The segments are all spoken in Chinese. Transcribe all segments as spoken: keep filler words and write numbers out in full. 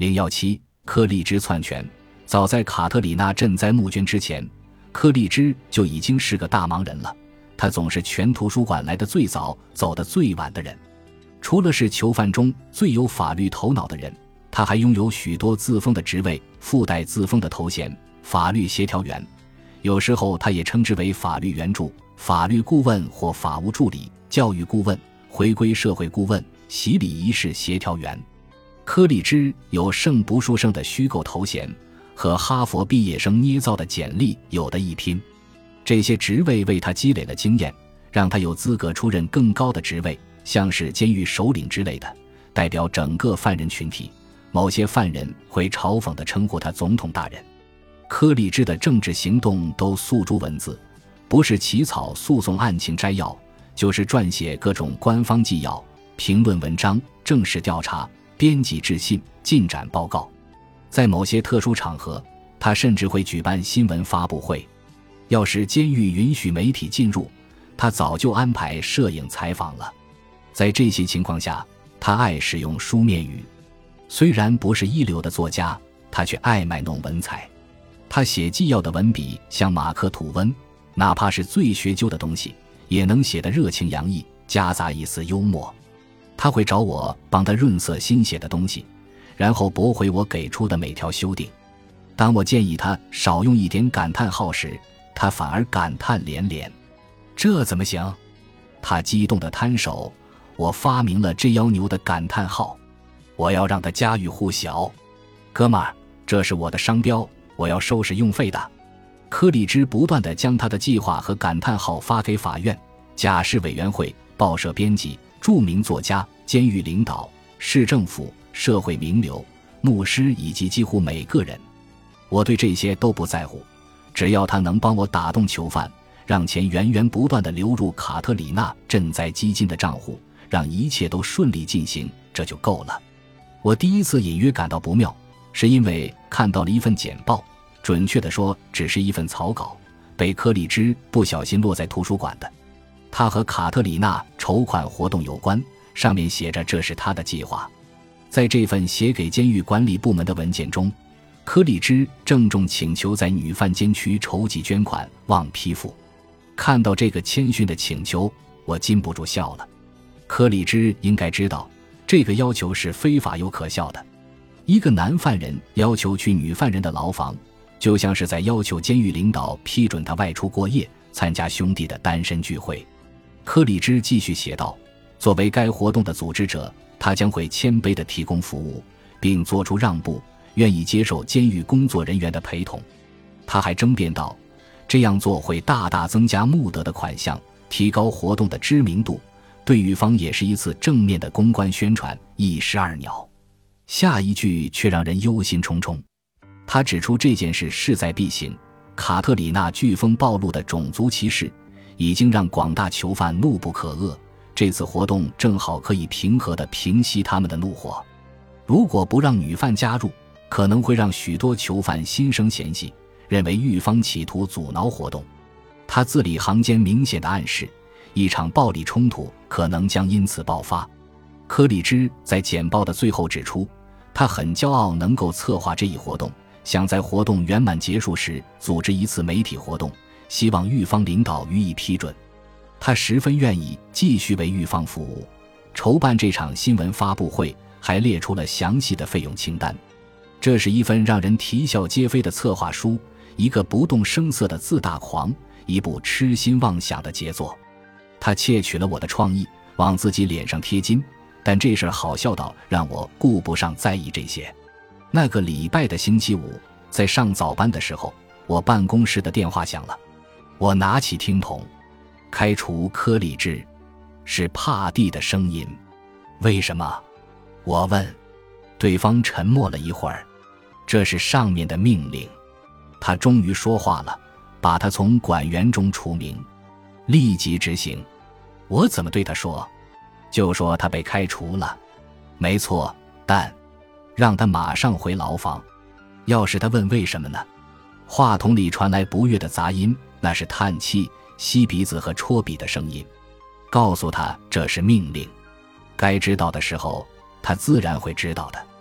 零一七柯立芝篡权。早在卡特里娜赈灾募捐之前，柯立芝就已经是个大忙人了。他总是全图书馆来的最早，走得最晚的人。除了是囚犯中最有法律头脑的人，他还拥有许多自封的职位，附带自封的头衔：法律协调员。有时候他也称之为法律援助、法律顾问或法务助理、教育顾问、回归社会顾问、洗礼仪式协调员。柯立芝有圣不数圣的虚构头衔，和哈佛毕业生捏造的简历有的一拼。这些职位为他积累了经验，让他有资格出任更高的职位，像是监狱首领之类的，代表整个犯人群体。某些犯人会嘲讽地称呼他总统大人。柯立芝的政治行动都诉诸文字，不是起草诉讼案情摘要，就是撰写各种官方纪要、评论文章、正式调查、编辑致信、进展报告。在某些特殊场合，他甚至会举办新闻发布会。要是监狱允许媒体进入，他早就安排摄影采访了。在这些情况下，他爱使用书面语。虽然不是一流的作家，他却爱卖弄文采。他写纪要的文笔像马克吐温，哪怕是最学究的东西，也能写得热情洋溢，夹杂一丝幽默。他会找我帮他润色新写的东西，然后驳回我给出的每条修订。当我建议他少用一点感叹号时，他反而感叹连连。这怎么行？他激动地摊手，我发明了这妖牛的感叹号，我要让他家喻户晓。哥们儿，这是我的商标，我要收拾用费的。柯立芝不断地将他的计划和感叹号发给法院、假释委员会、报社编辑、著名作家、监狱领导、市政府、社会名流、牧师以及几乎每个人。我对这些都不在乎，只要他能帮我打动囚犯，让钱源源不断地流入卡特里娜赈灾基金的账户，让一切都顺利进行，这就够了。我第一次隐约感到不妙，是因为看到了一份简报，准确地说只是一份草稿，被柯立芝不小心落在图书馆的。他和卡特里娜筹款活动有关，上面写着这是他的计划。在这份写给监狱管理部门的文件中，柯立芝郑重请求在女犯监区筹集捐款，望批复。看到这个谦逊的请求，我禁不住笑了。柯立芝应该知道，这个要求是非法又可笑的。一个男犯人要求去女犯人的牢房，就像是在要求监狱领导批准他外出过夜，参加兄弟的单身聚会。柯立芝继续写道，作为该活动的组织者，他将会谦卑地提供服务，并做出让步，愿意接受监狱工作人员的陪同。他还争辩道，这样做会大大增加募得的款项，提高活动的知名度，对狱方也是一次正面的公关宣传，一石二鸟。下一句却让人忧心忡忡。他指出这件事势在必行，卡特里娜飓风暴露的种族歧视已经让广大囚犯怒不可遏，这次活动正好可以平和地平息他们的怒火。如果不让女犯加入，可能会让许多囚犯心生嫌隙，认为狱方企图阻挠活动。他字里行间明显地暗示，一场暴力冲突可能将因此爆发。柯立芝在简报的最后指出，他很骄傲能够策划这一活动，想在活动圆满结束时组织一次媒体活动，希望狱方领导予以批准。他十分愿意继续为狱方服务。筹办这场新闻发布会还列出了详细的费用清单。这是一份让人啼笑皆非的策划书，一个不动声色的自大狂，一部痴心妄想的杰作。他窃取了我的创意，往自己脸上贴金，但这事好笑到让我顾不上在意这些。那个礼拜的星期五，在上早班的时候，我办公室的电话响了。我拿起听筒，开除柯立芝，是帕蒂的声音。为什么？我问。对方沉默了一会儿。这是上面的命令。他终于说话了，把他从管员中除名，立即执行。我怎么对他说？就说他被开除了。没错，但让他马上回牢房。要是他问为什么呢？话筒里传来不悦的杂音，那是叹气、吸鼻子和戳鼻的声音。告诉他这是命令，该知道的时候他自然会知道的。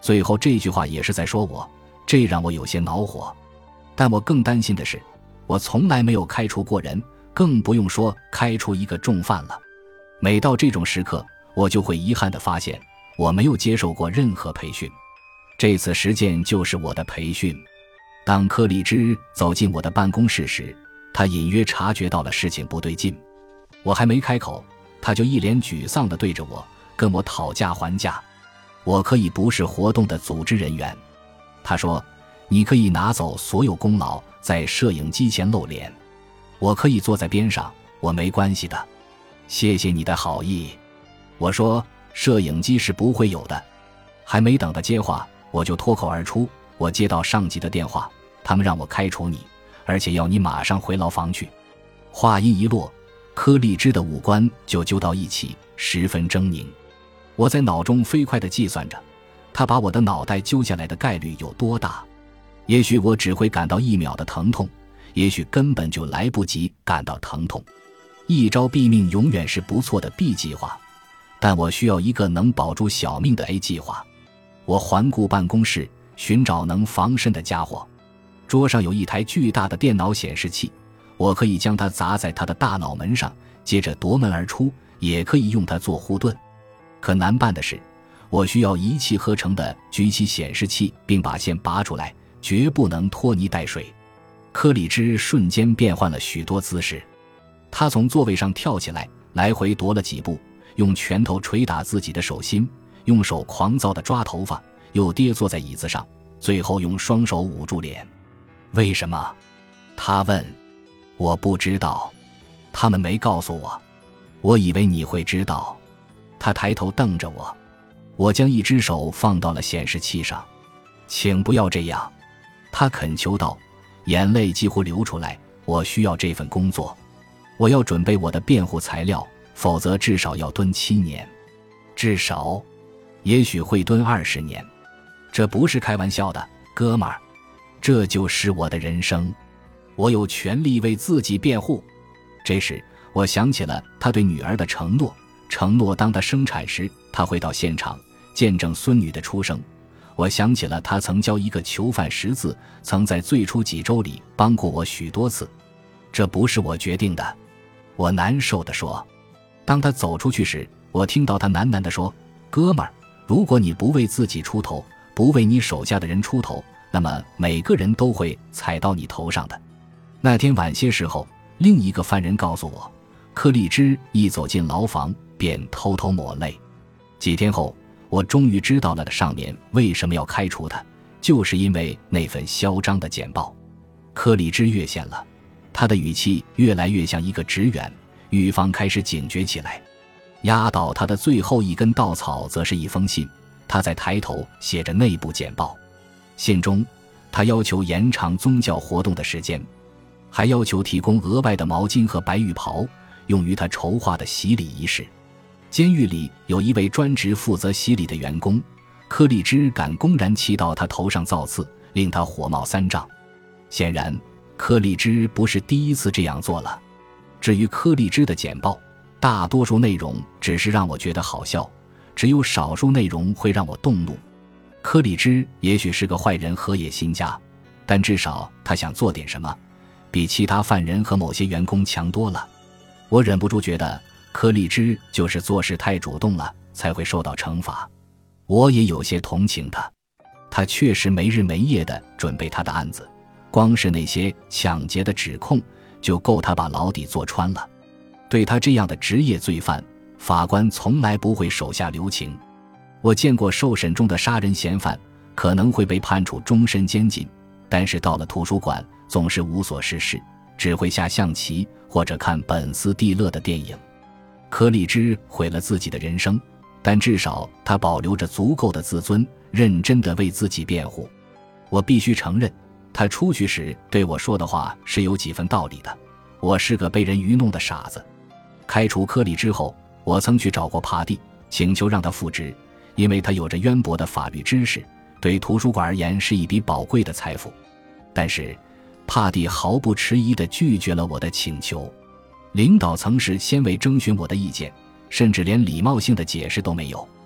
最后这句话也是在说我，这让我有些恼火。但我更担心的是，我从来没有开除过人，更不用说开除一个重犯了。每到这种时刻，我就会遗憾地发现，我没有接受过任何培训。这次实践就是我的培训。当柯立芝走进我的办公室时，他隐约察觉到了事情不对劲。我还没开口，他就一脸沮丧地对着我，跟我讨价还价。我可以不是活动的组织人员，他说，你可以拿走所有功劳，在摄影机前露脸，我可以坐在边上，我没关系的。谢谢你的好意。我说，摄影机是不会有的。还没等他接话，我就脱口而出，我接到上级的电话，他们让我开除你，而且要你马上回牢房去。话音一落，柯立芝的五官就揪到一起，十分狰狞。我在脑中飞快地计算着，他把我的脑袋揪下来的概率有多大。也许我只会感到一秒的疼痛，也许根本就来不及感到疼痛。一招毙命永远是不错的 B 计划，但我需要一个能保住小命的 A 计划。我环顾办公室，寻找能防身的家伙。桌上有一台巨大的电脑显示器，我可以将它砸在他的大脑门上，接着夺门而出，也可以用它做护盾。可难办的是，我需要一气呵成地举起显示器并把线拔出来，绝不能拖泥带水。柯立芝瞬间变换了许多姿势，他从座位上跳起来，来回踱了几步，用拳头捶打自己的手心，用手狂躁地抓头发，又跌坐在椅子上，最后用双手捂住脸。为什么？他问。我不知道，他们没告诉我。我以为你会知道。他抬头瞪着我。我将一只手放到了显示器上。请不要这样，他恳求道，眼泪几乎流出来。我需要这份工作，我要准备我的辩护材料，否则至少要蹲七年，至少，也许会蹲二十年。这不是开玩笑的，哥们儿，这就是我的人生，我有权利为自己辩护。这时，我想起了他对女儿的承诺，承诺当他生产时，他会到现场见证孙女的出生。我想起了他曾教一个囚犯识字，曾在最初几周里帮过我许多次。这不是我决定的，我难受地说。当他走出去时，我听到他喃喃地说，哥们儿，如果你不为自己出头，不为你手下的人出头，那么每个人都会踩到你头上的。那天晚些时候，另一个犯人告诉我，柯立芝一走进牢房便偷偷抹泪。几天后，我终于知道了上面为什么要开除他，就是因为那份嚣张的简报。柯立芝越线了，他的语气越来越像一个职员，狱方开始警觉起来。压倒他的最后一根稻草则是一封信，他在抬头写着内部简报。信中，他要求延长宗教活动的时间，还要求提供额外的毛巾和白浴袍，用于他筹划的洗礼仪式。监狱里有一位专职负责洗礼的员工，柯立芝敢公然骑到他头上造次，令他火冒三丈。显然，柯立芝不是第一次这样做了。至于柯立芝的简报，大多数内容只是让我觉得好笑，只有少数内容会让我动怒。柯立芝也许是个坏人，河野新家，但至少他想做点什么，比其他犯人和某些员工强多了。我忍不住觉得柯立芝就是做事太主动了，才会受到惩罚。我也有些同情他，他确实没日没夜地准备他的案子，光是那些抢劫的指控就够他把牢底坐穿了。对他这样的职业罪犯，法官从来不会手下留情。我见过受审中的杀人嫌犯可能会被判处终身监禁，但是到了图书馆总是无所事事，只会下象棋或者看本斯蒂勒的电影。柯立芝毁了自己的人生，但至少他保留着足够的自尊，认真地为自己辩护。我必须承认，他出去时对我说的话是有几分道理的。我是个被人愚弄的傻子。开除柯立芝后，我曾去找过帕蒂，请求让他复职，因为他有着渊博的法律知识，对图书馆而言是一笔宝贵的财富。但是帕蒂毫不迟疑地拒绝了我的请求。领导曾是先未征询我的意见，甚至连礼貌性的解释都没有。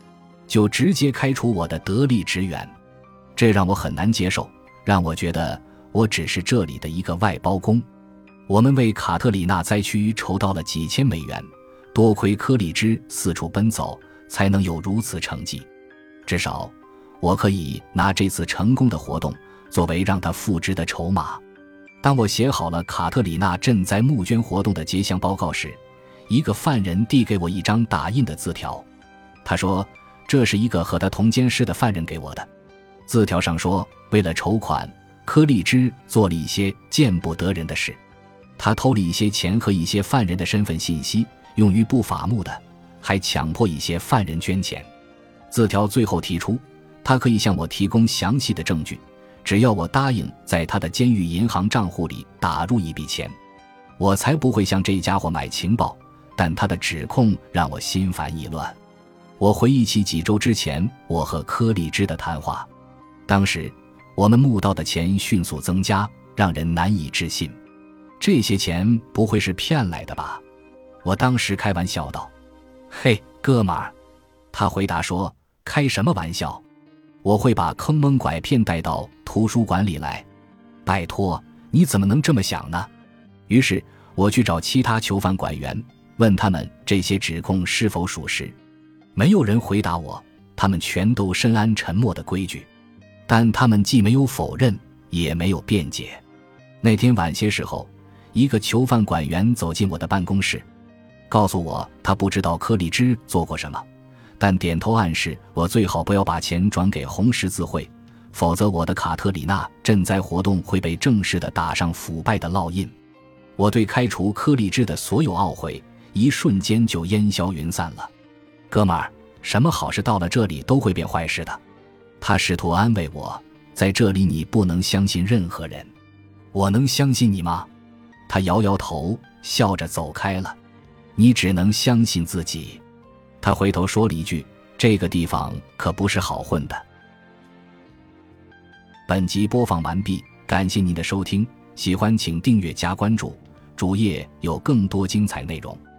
就直接开除我的得力职员，这让我很难接受，让我觉得我只是这里的一个外包工。我们为卡特里娜灾区筹到了几千美元，多亏柯立芝四处奔走，才能有如此成绩。至少我可以拿这次成功的活动作为让他复职的筹码。当我写好了卡特里娜赈灾募捐活动的结项报告时，一个犯人递给我一张打印的字条，他说这是一个和他同监室的犯人给我的。字条上说，为了筹款，柯立芝做了一些见不得人的事，他偷了一些钱和一些犯人的身份信息，用于不法目的，还强迫一些犯人捐钱。字条最后提出，他可以向我提供详细的证据，只要我答应在他的监狱银行账户里打入一笔钱，我才不会向这家伙买情报。但他的指控让我心烦意乱。我回忆起几周之前我和柯立芝的谈话，当时我们募到的钱迅速增加，让人难以置信。这些钱不会是骗来的吧？我当时开玩笑道。嘿，哥们儿，他回答说，开什么玩笑，我会把坑蒙拐骗带到图书馆里来。拜托，你怎么能这么想呢？于是我去找其他囚犯管员，问他们这些指控是否属实。没有人回答我，他们全都深谙沉默的规矩，但他们既没有否认也没有辩解。那天晚些时候，一个囚犯管员走进我的办公室，告诉我他不知道柯立芝做过什么，但点头暗示我最好不要把钱转给红十字会，否则我的卡特里娜赈灾活动会被正式的打上腐败的烙印。我对开除柯立芝的所有懊悔一瞬间就烟消云散了。哥们儿，什么好事到了这里都会变坏事的。他试图安慰我，在这里你不能相信任何人。我能相信你吗？他摇摇头，笑着走开了。你只能相信自己。他回头说了一句，这个地方可不是好混的。本集播放完毕，感谢您的收听，喜欢请订阅加关注，主页有更多精彩内容。